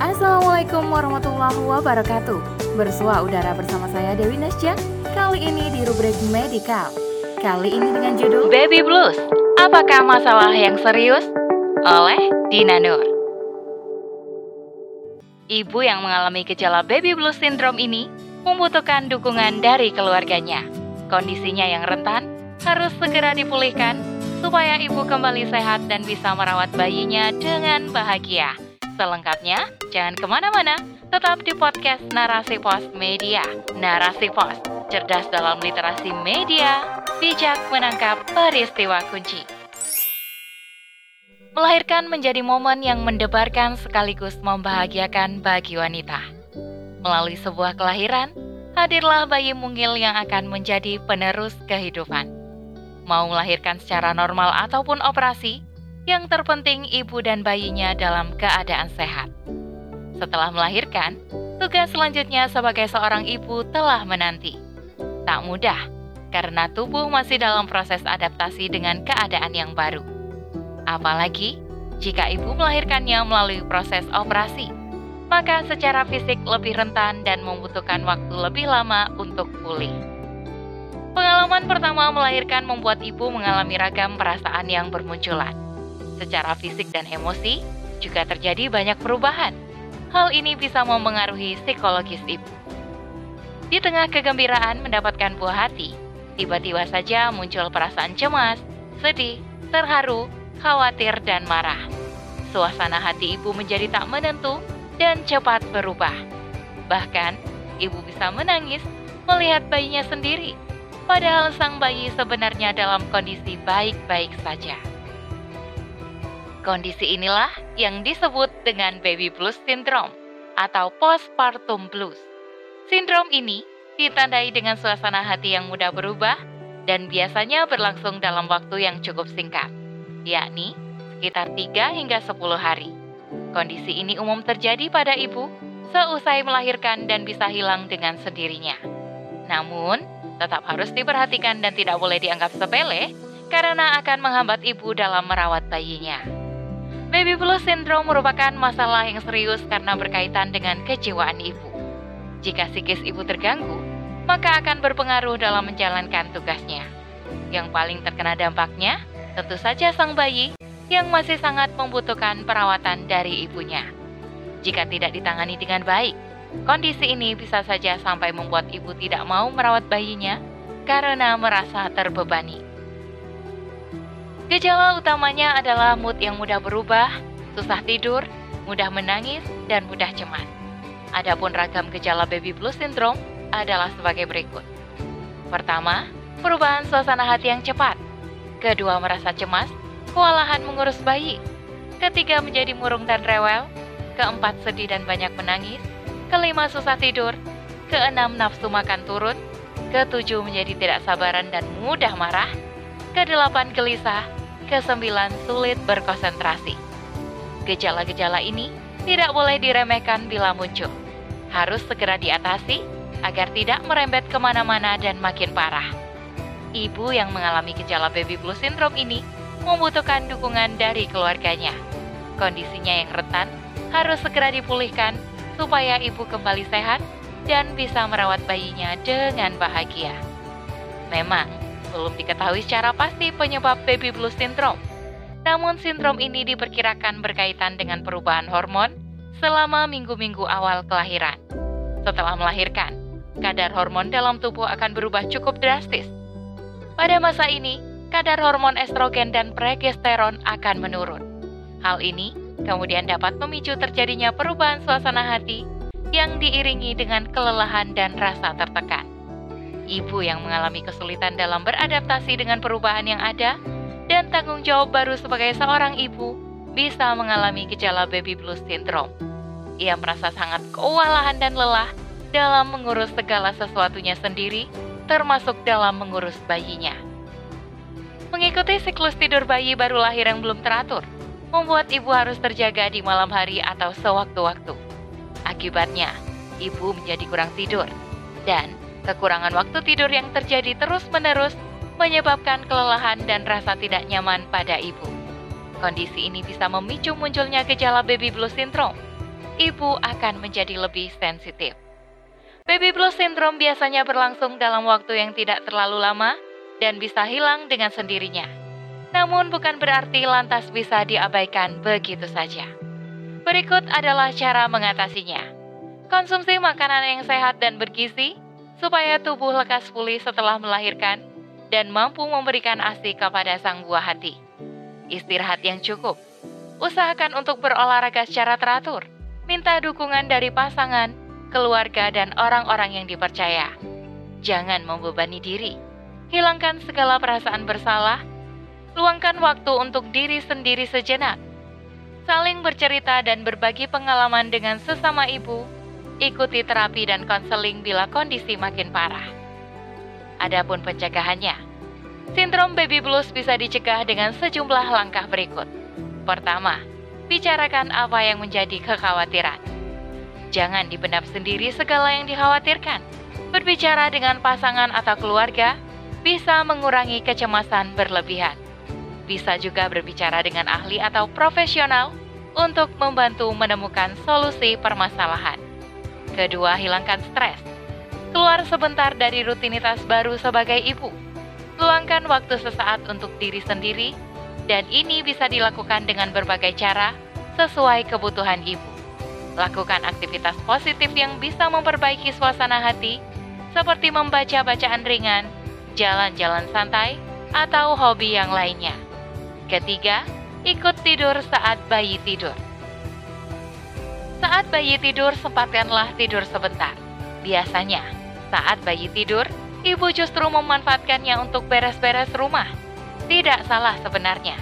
Assalamualaikum warahmatullahi wabarakatuh. Bersua udara bersama saya Dewi Nasja. Kali ini di rubrik Medikal. Kali ini dengan judul Baby Blues, apakah masalah yang serius? Oleh Dina Nur. Ibu yang mengalami gejala baby blues syndrome ini membutuhkan dukungan dari keluarganya. Kondisinya yang rentan harus segera dipulihkan supaya ibu kembali sehat dan bisa merawat bayinya dengan bahagia. Selengkapnya, jangan kemana-mana, tetap di podcast Narasi Pos Media. Narasi Pos, cerdas dalam literasi media, bijak menangkap peristiwa kunci. Melahirkan menjadi momen yang mendebarkan sekaligus membahagiakan bagi wanita. Melalui sebuah kelahiran, hadirlah bayi mungil yang akan menjadi penerus kehidupan. Mau melahirkan secara normal ataupun operasi, yang terpenting ibu dan bayinya dalam keadaan sehat. Setelah melahirkan, tugas selanjutnya sebagai seorang ibu telah menanti. Tak mudah, karena tubuh masih dalam proses adaptasi dengan keadaan yang baru. Apalagi jika ibu melahirkannya melalui proses operasi, maka secara fisik lebih rentan dan membutuhkan waktu lebih lama untuk pulih. Pengalaman pertama melahirkan membuat ibu mengalami ragam perasaan yang bermunculan. Secara fisik dan emosi juga terjadi banyak perubahan. Hal ini bisa mempengaruhi psikologis ibu. Di tengah kegembiraan mendapatkan buah hati, tiba-tiba saja muncul perasaan cemas, sedih, terharu, khawatir, dan marah. Suasana hati ibu menjadi tak menentu dan cepat berubah. Bahkan, ibu bisa menangis melihat bayinya sendiri, padahal sang bayi sebenarnya dalam kondisi baik-baik saja. Kondisi inilah yang disebut dengan baby blues syndrome atau postpartum blues. Sindrom ini ditandai dengan suasana hati yang mudah berubah dan biasanya berlangsung dalam waktu yang cukup singkat, yakni sekitar 3 hingga 10 hari. Kondisi ini umum terjadi pada ibu seusai melahirkan dan bisa hilang dengan sendirinya. Namun, tetap harus diperhatikan dan tidak boleh dianggap sepele karena akan menghambat ibu dalam merawat bayinya. Baby blues syndrome merupakan masalah yang serius karena berkaitan dengan kejiwaan ibu. Jika psikis ibu terganggu, maka akan berpengaruh dalam menjalankan tugasnya. Yang paling terkena dampaknya, tentu saja sang bayi yang masih sangat membutuhkan perawatan dari ibunya. Jika tidak ditangani dengan baik, kondisi ini bisa saja sampai membuat ibu tidak mau merawat bayinya karena merasa terbebani. Gejala utamanya adalah mood yang mudah berubah, susah tidur, mudah menangis, dan mudah cemas. Adapun ragam gejala baby blues syndrome adalah sebagai berikut. Pertama, perubahan suasana hati yang cepat. Kedua, merasa cemas, kewalahan mengurus bayi. Ketiga, menjadi murung dan rewel. Keempat, sedih dan banyak menangis. Kelima, susah tidur. Keenam, nafsu makan turun. Ketujuh, menjadi tidak sabaran dan mudah marah. Kedelapan, gelisah. Kesembilan, sulit berkonsentrasi. Gejala-gejala ini tidak boleh diremehkan bila muncul. Harus segera diatasi agar tidak merembet kemana-mana dan makin parah. Ibu yang mengalami gejala baby blues syndrome ini membutuhkan dukungan dari keluarganya. Kondisinya yang rentan harus segera dipulihkan supaya ibu kembali sehat dan bisa merawat bayinya dengan bahagia. Memang, belum diketahui secara pasti penyebab baby blues syndrome. Namun sindrom ini diperkirakan berkaitan dengan perubahan hormon selama minggu-minggu awal kelahiran. Setelah melahirkan, kadar hormon dalam tubuh akan berubah cukup drastis. Pada masa ini, kadar hormon estrogen dan progesteron akan menurun. Hal ini kemudian dapat memicu terjadinya perubahan suasana hati yang diiringi dengan kelelahan dan rasa tertekan. Ibu yang mengalami kesulitan dalam beradaptasi dengan perubahan yang ada dan tanggung jawab baru sebagai seorang ibu bisa mengalami gejala baby blues syndrome. Ia merasa sangat kewalahan dan lelah dalam mengurus segala sesuatunya sendiri, termasuk dalam mengurus bayinya. Mengikuti siklus tidur bayi baru lahir yang belum teratur, membuat ibu harus terjaga di malam hari atau sewaktu-waktu. Akibatnya, ibu menjadi kurang tidur dan kekurangan waktu tidur yang terjadi terus-menerus menyebabkan kelelahan dan rasa tidak nyaman pada ibu. Kondisi ini bisa memicu munculnya gejala baby blues syndrome. ibu akan menjadi lebih sensitif. Baby blues syndrome biasanya berlangsung dalam waktu yang tidak terlalu lama dan bisa hilang dengan sendirinya. Namun bukan berarti lantas bisa diabaikan begitu saja. Berikut adalah cara mengatasinya. Konsumsi makanan yang sehat dan bergizi supaya tubuh lekas pulih setelah melahirkan dan mampu memberikan ASI kepada sang buah hati. Istirahat yang cukup. Usahakan untuk berolahraga secara teratur. Minta dukungan dari pasangan, keluarga, dan orang-orang yang dipercaya. Jangan membebani diri. Hilangkan segala perasaan bersalah. Luangkan waktu untuk diri sendiri sejenak. Saling bercerita dan berbagi pengalaman dengan sesama ibu. Ikuti terapi dan konseling bila kondisi makin parah. Adapun pencegahannya, sindrom baby blues bisa dicegah dengan sejumlah langkah berikut. Pertama, bicarakan apa yang menjadi kekhawatiran. Jangan dipendam sendiri segala yang dikhawatirkan. Berbicara dengan pasangan atau keluarga bisa mengurangi kecemasan berlebihan. Bisa juga berbicara dengan ahli atau profesional untuk membantu menemukan solusi permasalahan. Kedua, hilangkan stres. Keluar sebentar dari rutinitas baru sebagai ibu. Luangkan waktu sesaat untuk diri sendiri, dan ini bisa dilakukan dengan berbagai cara sesuai kebutuhan ibu. Lakukan aktivitas positif yang bisa memperbaiki suasana hati, seperti membaca bacaan ringan, jalan-jalan santai, atau hobi yang lainnya. Ketiga, ikut tidur saat bayi tidur. Saat bayi tidur, sempatkanlah tidur sebentar. Biasanya, saat bayi tidur, ibu justru memanfaatkannya untuk beres-beres rumah. Tidak salah sebenarnya.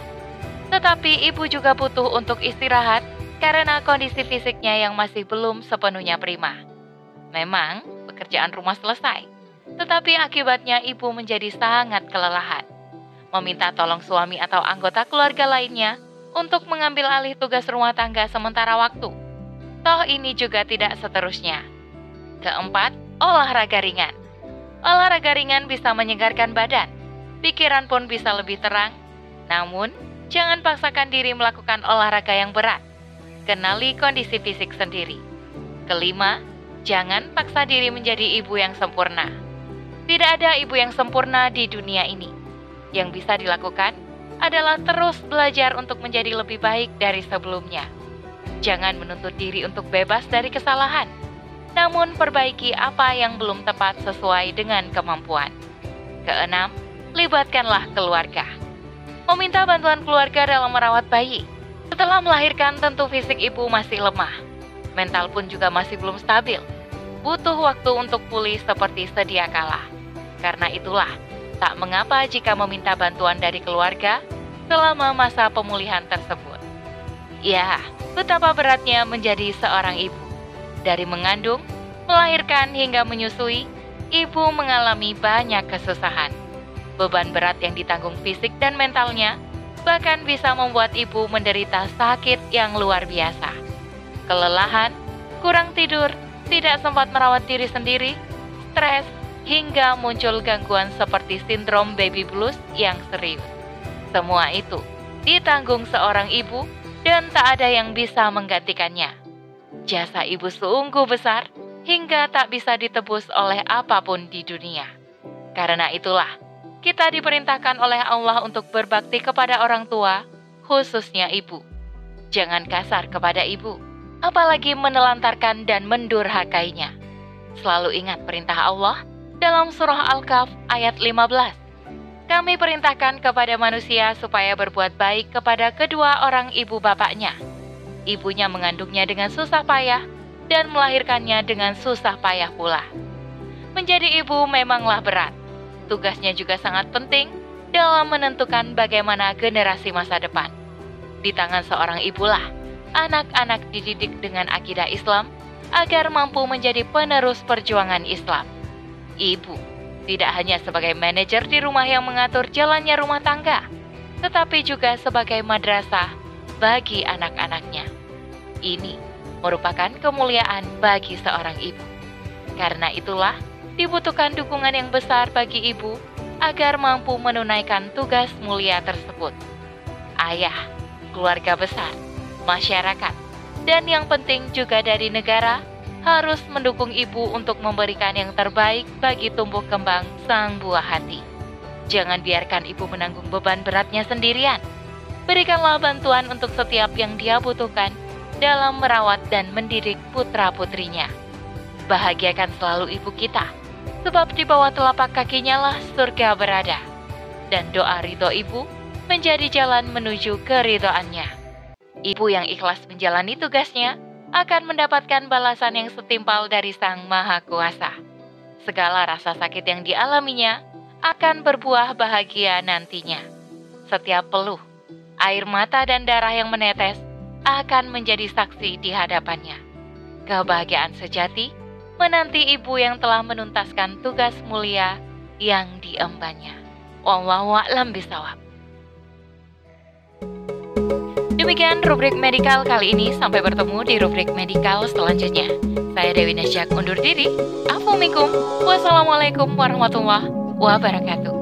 Tetapi ibu juga butuh untuk istirahat karena kondisi fisiknya yang masih belum sepenuhnya prima. Memang, pekerjaan rumah selesai, tetapi akibatnya ibu menjadi sangat kelelahan. Meminta tolong suami atau anggota keluarga lainnya untuk mengambil alih tugas rumah tangga sementara waktu. Toh ini juga tidak seterusnya. Keempat, olahraga ringan. Olahraga ringan bisa menyegarkan badan, pikiran pun bisa lebih terang. Namun, jangan paksakan diri melakukan olahraga yang berat. Kenali kondisi fisik sendiri. Kelima, jangan paksa diri menjadi ibu yang sempurna. Tidak ada ibu yang sempurna di dunia ini. Yang bisa dilakukan adalah terus belajar untuk menjadi lebih baik dari sebelumnya. Jangan menuntut diri untuk bebas dari kesalahan, namun perbaiki apa yang belum tepat sesuai dengan kemampuan. Keenam, libatkanlah keluarga. Meminta bantuan keluarga dalam merawat bayi. Setelah melahirkan, tentu fisik ibu masih lemah. Mental pun juga masih belum stabil. Butuh waktu untuk pulih seperti sedia kala. Karena itulah, tak mengapa jika meminta bantuan dari keluarga selama masa pemulihan tersebut. Ya, betapa beratnya menjadi seorang ibu. Dari mengandung, melahirkan hingga menyusui, ibu mengalami banyak kesusahan. Beban berat yang ditanggung fisik dan mentalnya bahkan bisa membuat ibu menderita sakit yang luar biasa. Kelelahan, kurang tidur, tidak sempat merawat diri sendiri, stres, hingga muncul gangguan seperti sindrom baby blues yang serius. Semua itu ditanggung seorang ibu dan tak ada yang bisa menggantikannya. Jasa ibu sungguh besar hingga tak bisa ditebus oleh apapun di dunia. Karena itulah, kita diperintahkan oleh Allah untuk berbakti kepada orang tua, khususnya ibu. Jangan kasar kepada ibu, apalagi menelantarkan dan mendurhakainya. Selalu ingat perintah Allah dalam surah Al-Kahf ayat 15. Kami perintahkan kepada manusia supaya berbuat baik kepada kedua orang ibu bapaknya. Ibunya mengandungnya dengan susah payah dan melahirkannya dengan susah payah pula. Menjadi ibu memanglah berat. Tugasnya juga sangat penting dalam menentukan bagaimana generasi masa depan. Di tangan seorang ibulah, anak-anak dididik dengan akidah Islam agar mampu menjadi penerus perjuangan Islam. Ibu tidak hanya sebagai manajer di rumah yang mengatur jalannya rumah tangga, tetapi juga sebagai madrasah bagi anak-anaknya. Ini merupakan kemuliaan bagi seorang ibu. Karena itulah, dibutuhkan dukungan yang besar bagi ibu agar mampu menunaikan tugas mulia tersebut. Ayah, keluarga besar, masyarakat, Dan yang penting juga dari negara, harus mendukung ibu untuk memberikan yang terbaik bagi tumbuh kembang sang buah hati. Jangan biarkan ibu menanggung beban beratnya sendirian. Berikanlah bantuan untuk setiap yang dia butuhkan dalam merawat dan mendidik putra-putrinya. Bahagiakan selalu ibu kita, sebab di bawah telapak kakinya lah surga berada. Dan doa ridho ibu menjadi jalan menuju keridhoannya. Ibu yang ikhlas menjalani tugasnya akan mendapatkan balasan yang setimpal dari Sang Maha Kuasa. Segala rasa sakit yang dialaminya akan berbuah bahagia nantinya. Setiap peluh, air mata dan darah yang menetes akan menjadi saksi di hadapannya. Kebahagiaan sejati menanti ibu yang telah menuntaskan tugas mulia yang diembannya. Wallahu a'lam bishawab. Demikian rubrik medikal kali ini. Sampai bertemu di rubrik medikal selanjutnya. Saya Dewi Nasjak undur diri. Assalamualaikum warahmatullahi wabarakatuh.